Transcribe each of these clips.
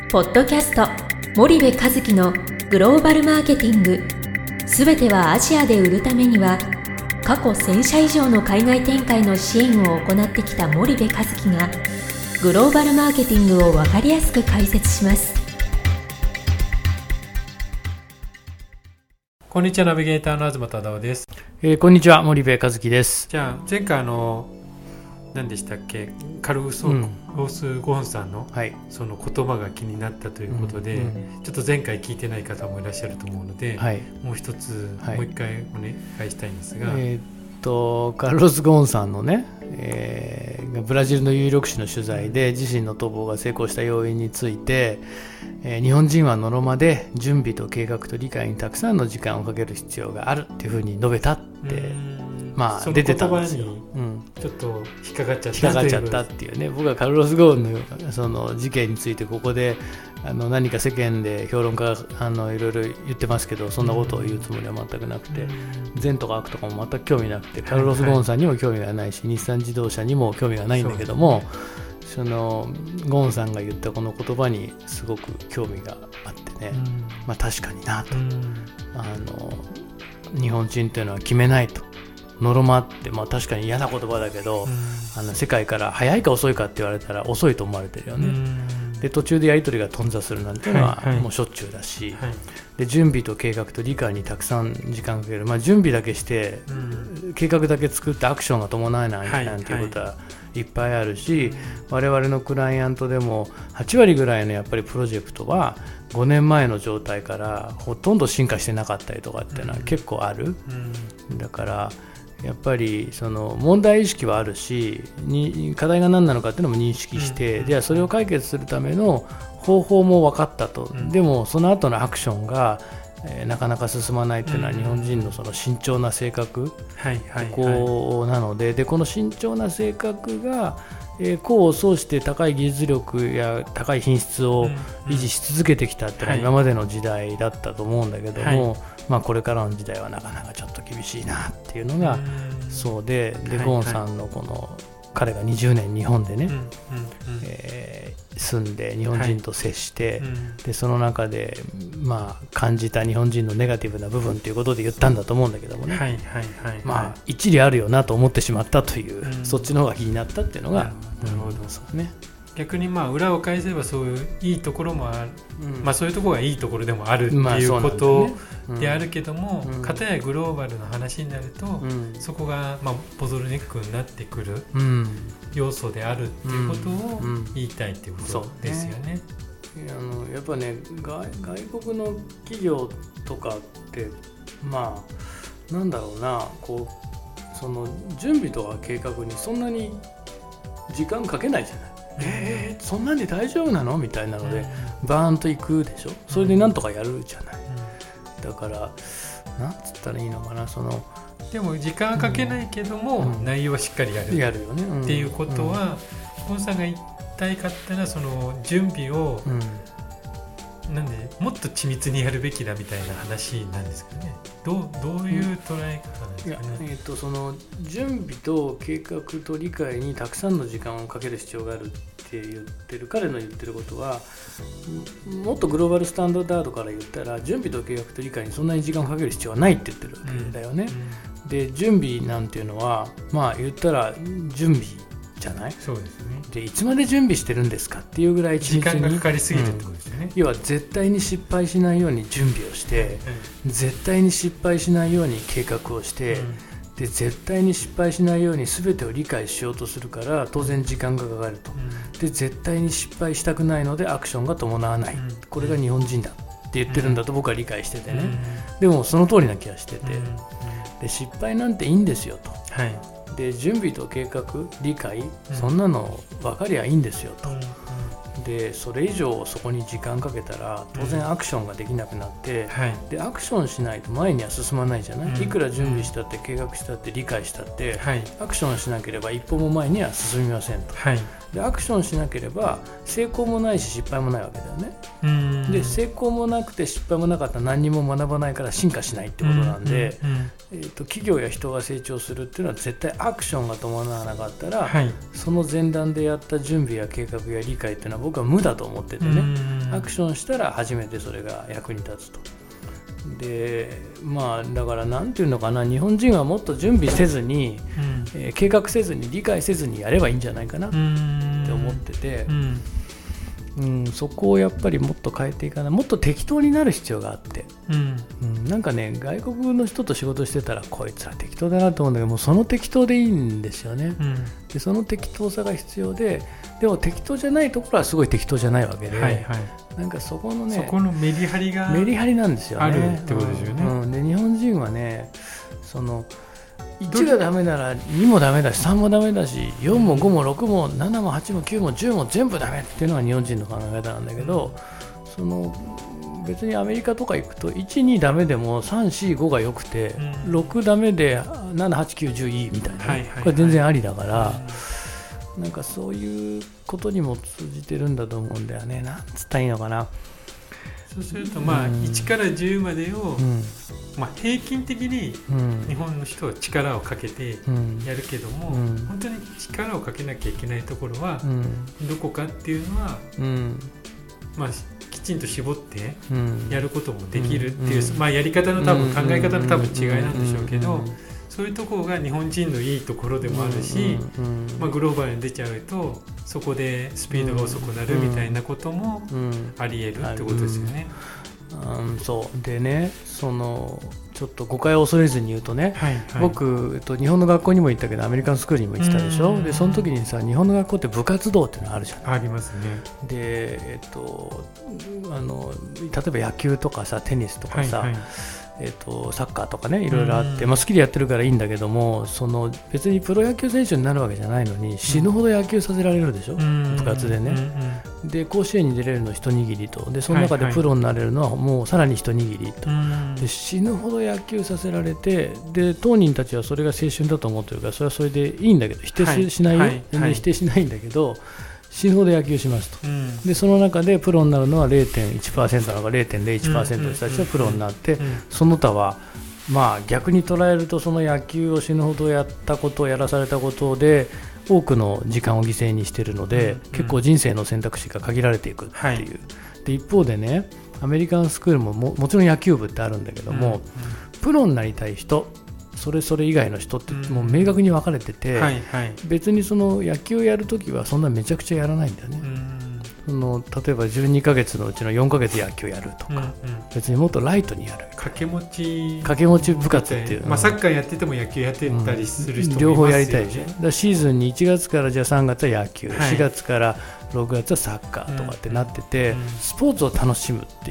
ポッドキャスト森部一樹のグローバルマーケティング、すべてはアジアで売るためには、過去1000社以上の海外展開の支援を行ってきた森部一樹がグローバルマーケティングを分かりやすく解説します。 こんにちは、ナビゲーターの東忠夫です。 こんにちは、森部一樹です。 じゃあ前回何でしたっけ、カルロス・ゴーンさんの、その言葉が気になったということで、ちょっと前回聞いてない方もいらっしゃると思うので、もう一つ、もう一回お願いしたいんですが、 カルロス・ゴーンさんのね、ブラジルの有力紙の取材で自身の逃亡が成功した要因について、日本人はノロマで準備と計画と理解にたくさんの時間をかける必要があるっていうふうに述べたって、出てたんですよ。 ちょっと引っかかっちゃったっていうね。僕はカルロス・ゴーンのその事件についてここで何か世間で評論家がいろいろ言ってますけど、そんなことを言うつもりは全くなくて、善とか悪とかも全く興味なくて、カルロス・ゴーンさんにも興味がないし、日産自動車にも興味がないんだけども、そのゴーンさんが言ったこの言葉にすごく興味があってね、確かになと、日本人というのは決めないと。ノロマって、確かに嫌な言葉だけど、世界から早いか遅いかって言われたら遅いと思われてるよね。で途中でやり取りが頓挫するなんていうのはもうしょっちゅうだし、で準備と計画と理解にたくさん時間かける、準備だけして、計画だけ作ってアクションが伴わないなんていうことはいっぱいあるし、我々のクライアントでも8割ぐらいのやっぱりプロジェクトは5年前の状態からほとんど進化してなかったりとかっていうのは結構ある。だからやっぱりその問題意識はあるし、課題が何なのかっていうのも認識して、じゃあそれを解決するための方法も分かったと、でもその後のアクションが、なかなか進まないっていうのは日本人のその慎重な性格、こうなので、この慎重な性格が功を奏して高い技術力や高い品質を維持し続けてきたっていうのは今までの時代だったと思うんだけども、これからの時代はなかなかちょっと厳しいなっていうのがそうで、ゴーンさんのこの彼が20年日本でね、住んで日本人と接して、でその中で感じた日本人のネガティブな部分ということで言ったんだと思うんだけどもね、一理あるよなと思ってしまったという、そっちの方が気になったっていうのが、 なるほどそうね。逆に裏を返せばそういういいところもある、そういうところがいいところでもあるっていうことであるけども、片やグローバルな話になると、そこがボトルネックになってくる要素であるっていうことを言いたいっていうことですよね。 やっぱね、外国の企業とかってなんだろうな、その準備とか計画にそんなに時間かけないじゃない。そんなんで大丈夫なのみたいなので、バーンと行くでしょ。それでなんとかやるじゃない。だからなんつったらいいのかな、 でも時間はかけないけども、内容はしっかりやるよね、 っていうことは、ゴンさんが言いたいかったら、その準備を、なんでもっと緻密にやるべきだみたいな話なんですかね。どういう捉え方なんですかね。 その準備と計画と理解にたくさんの時間をかける必要があるって言ってる、彼の言ってることは、もっとグローバルスタンダードから言ったら、準備と計画と理解にそんなに時間をかける必要はないって言ってるわけだよね。で準備なんていうのは言ったら準備じゃない。 そうですね。 でいつまで準備してるんですかっていうぐらい時間がかかりすぎるってことですよね。 要は絶対に失敗しないように準備をして、絶対に失敗しないように計画をして、で絶対に失敗しないように全てを理解しようとするから当然時間がかかると、で絶対に失敗したくないのでアクションが伴わない、これが日本人だって言ってるんだと僕は理解しててね、でもその通りな気がしてて、で失敗なんていいんですよと、で準備と計画理解、そんなの分かりゃいいんですよと、でそれ以上そこに時間かけたら当然アクションができなくなって、でアクションしないと前には進まないじゃない、いくら準備したって計画したって理解したって、アクションしなければ一歩も前には進みませんと、 でアクションしなければ成功もないし失敗もないわけだよね。で成功もなくて失敗もなかったら何にも学ばないから進化しないってことなんで、企業や人が成長するっていうのは絶対アクションが伴わなかったら、はい、その前段でやった準備や計画や理解っていうのは僕は無だと思っててね、アクションしたら初めてそれが役に立つと。でだからなんていうのかな、日本人はもっと準備せずに、計画せずに理解せずにやればいいんじゃないかなって思ってて、そこをやっぱりもっと変えていかない、もっと適当になる必要があって、なんかね外国の人と仕事してたらこいつら適当だなと思うんだけど、もうその適当でいいんですよね、でその適当さが必要で、でも適当じゃないところはすごい適当じゃないわけで、なんかそこのね、 そこのメリハリがメリハリなんですよね、 あるってことですよね、 で日本人はね、その1がダメなら2もダメだし3もダメだし4も5も6も7も8も9も10も全部ダメっていうのが日本人の考え方なんだけど、その別にアメリカとか行くと 1,2 ダメでも 3,4,5 が良くて、6ダメで7、8、9、10いいみたいな、これ全然ありだから、なんかそういうことにも通じてるんだと思うんだよね。なんつったらいいのかな。 そうすると1から10までを、平均的に日本の人は力をかけてやるけども、本当に力をかけなきゃいけないところはどこかっていうのは、きちんと絞ってやることもできるっていう、やり方の多分考え方の多分違いなんでしょうけど、そういうところが日本人のいいところでもあるし、グローバルに出ちゃうとそこでスピードが遅くなるみたいなこともあり得るってことですよね。 そうでね、そのちょっと誤解を恐れずに言うとね、僕、日本の学校にも行ったけどアメリカンスクールにも行ってたでしょ。でその時にさ、日本の学校って部活動っていうのあるじゃない。 ありますね。 で、例えば野球とかさ、テニスとかさ、サッカーとかね、いろいろあって、好きでやってるからいいんだけども、その別にプロ野球選手になるわけじゃないのに死ぬほど野球させられるでしょ、部活でね。で甲子園に出れるの一握りと、でその中でプロになれるのはもうさらに一握りと、で死ぬほど野球させられて、で当人たちはそれが青春だと思ってるから、それはそれでいいんだけど、否定しないよ、全然否定しないんだけど、死ぬほど野球しますと、でその中でプロになるのは 0.1% なのか 0.01% の人たちはプロになって、その他は逆に捉えると、その野球を死ぬほどやったことをやらされたことで多くの時間を犠牲にしているので、結構人生の選択肢が限られていくっていう、で一方でね、アメリカンスクールも もちろん野球部ってあるんだけども、プロになりたい人、それ以外の人ってもう明確に分かれてて、別にその野球をやるときはそんなめちゃくちゃやらないんだよね。その例えば12ヶ月のうちの4ヶ月野球やるとか、別にもっとライトにやる、掛け持ち部活っていう、 サッカーやってても野球やってたりする人もいますよね。 両方やりたいでしょ。だからシーズンに1月からじゃあ3月は野球、4月から6月はサッカーとかってなってて、スポーツを楽しむっていう、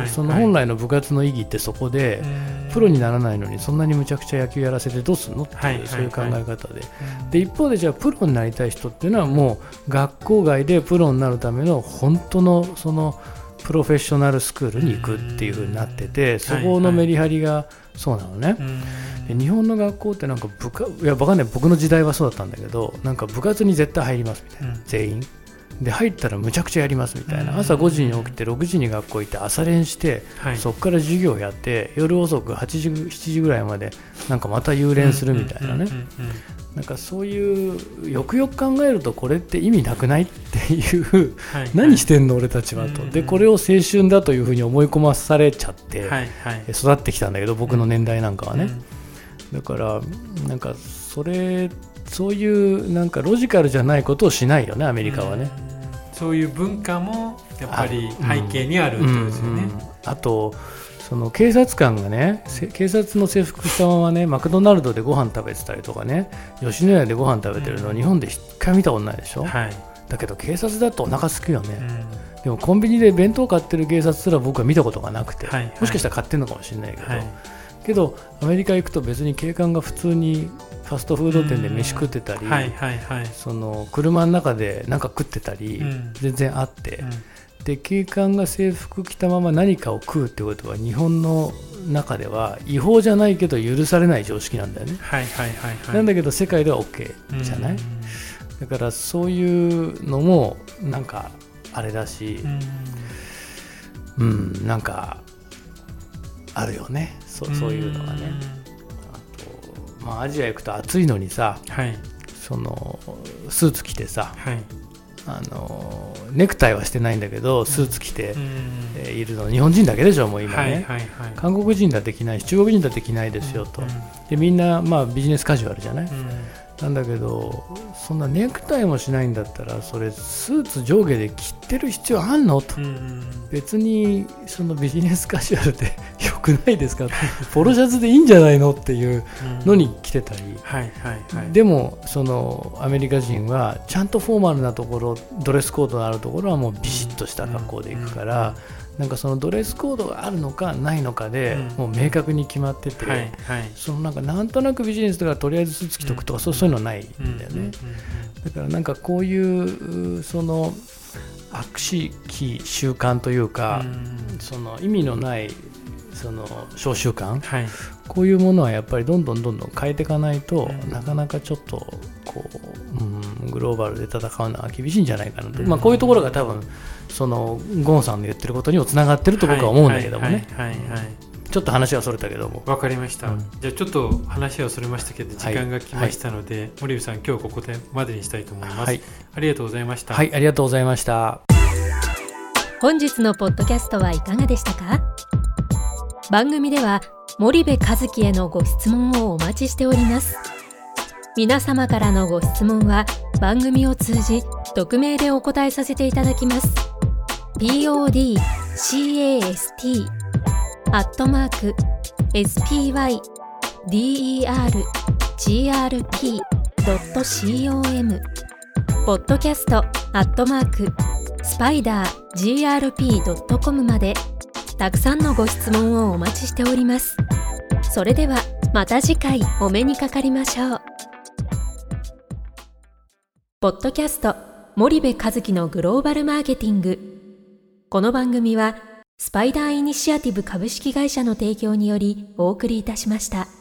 その本来の部活の意義ってそこで、プロにならないのにそんなにむちゃくちゃ野球やらせてどうするのっていう、そういう考え方で、で一方でじゃあプロになりたい人っていうのはもう学校外でプロになるための本当のそのプロフェッショナルスクールに行くっていう風になってて、そこのメリハリがそうなのね。で日本の学校ってなんかいやわかんない、僕の時代はそうだったんだけど、なんか部活に絶対入りますみたいな、全員で入ったらむちゃくちゃやりますみたいな、朝5時に起きて6時に学校行って朝練して、そこから授業やって夜遅く8時7時ぐらいまでなんかまた夕練するみたいなね、なんかそういうよくよく考えるとこれって意味なくないっていう何してんの俺たちはと、でこれを青春だというふうに思い込まされちゃって育ってきたんだけど、僕の年代なんかはね、だからなんかそういうなんかロジカルじゃないことをしないよね、アメリカはね。 そういう文化もやっぱり背景にあるってことですよね。 あとその警察官がね、警察の制服したままね、マクドナルドでご飯食べてたりとかね、吉野家でご飯食べてるのを日本で一回見たことないでしょ、だけど警察だとお腹すくよね、でもコンビニで弁当買ってる警察すら僕は見たことがなくて、もしかしたら買ってるのかもしれないけど、アメリカ行くと別に警官が普通にファストフード店で飯食ってたり、その車の中で何か食ってたり、全然あって、で警官が制服着たまま何かを食うってことは日本の中では違法じゃないけど許されない常識なんだよね、なんだけど世界では OK じゃない、 だからそういうのもなんかあれだし、なんかあるよね、そういうのがね。あと、アジア行くと暑いのにさ、そのスーツ着てさ、ネクタイはしてないんだけどスーツ着て、いるの日本人だけでしょもう今ね、韓国人だって着ないし中国人だって着ないですよと、でみんなビジネスカジュアルじゃない、なんだけどそんなネクタイもしないんだったらそれスーツ上下で着てる必要あんのと、別にそのビジネスカジュアルでよくないですかポロシャツでいいんじゃないのっていうのに着てたり、でもそのアメリカ人はちゃんとフォーマルなところドレスコードのあるところはもうビシッとした格好で行くから、なんかそのドレスコードがあるのかないのかでもう明確に決まってて、そのなんとなくビジネスとかとりあえずスーツ着とくとかそういうのはないんだよね。だからなんかこういうその悪しき習慣というか、その意味のないその小習慣、こういうものはやっぱりどんどん変えていかないと、なかなかちょっとこう、グローバルで戦うのは厳しいんじゃないかなと、こういうところが多分そのゴンさんの言ってることにもつながってると僕は思うんだけどもね。ちょっと話はそれたけども。 わかりました、じゃあちょっと話はそれましたけど時間が来ましたので、森部さん今日ここでまでにしたいと思います、ありがとうございました。 ありがとうございました。 本日のポッドキャストはいかがでしたか？番組では森部一樹へのご質問をお待ちしております。皆様からのご質問は番組を通じ匿名でお答えさせていただきます。podcast@spydergrp.com podcast@spidergrp.com までたくさんのご質問をお待ちしております。それではまた次回お目にかかりましょう。ポッドキャスト森部一樹のグローバルマーケティング。この番組はスパイダーイニシアティブ株式会社の提供によりお送りいたしました。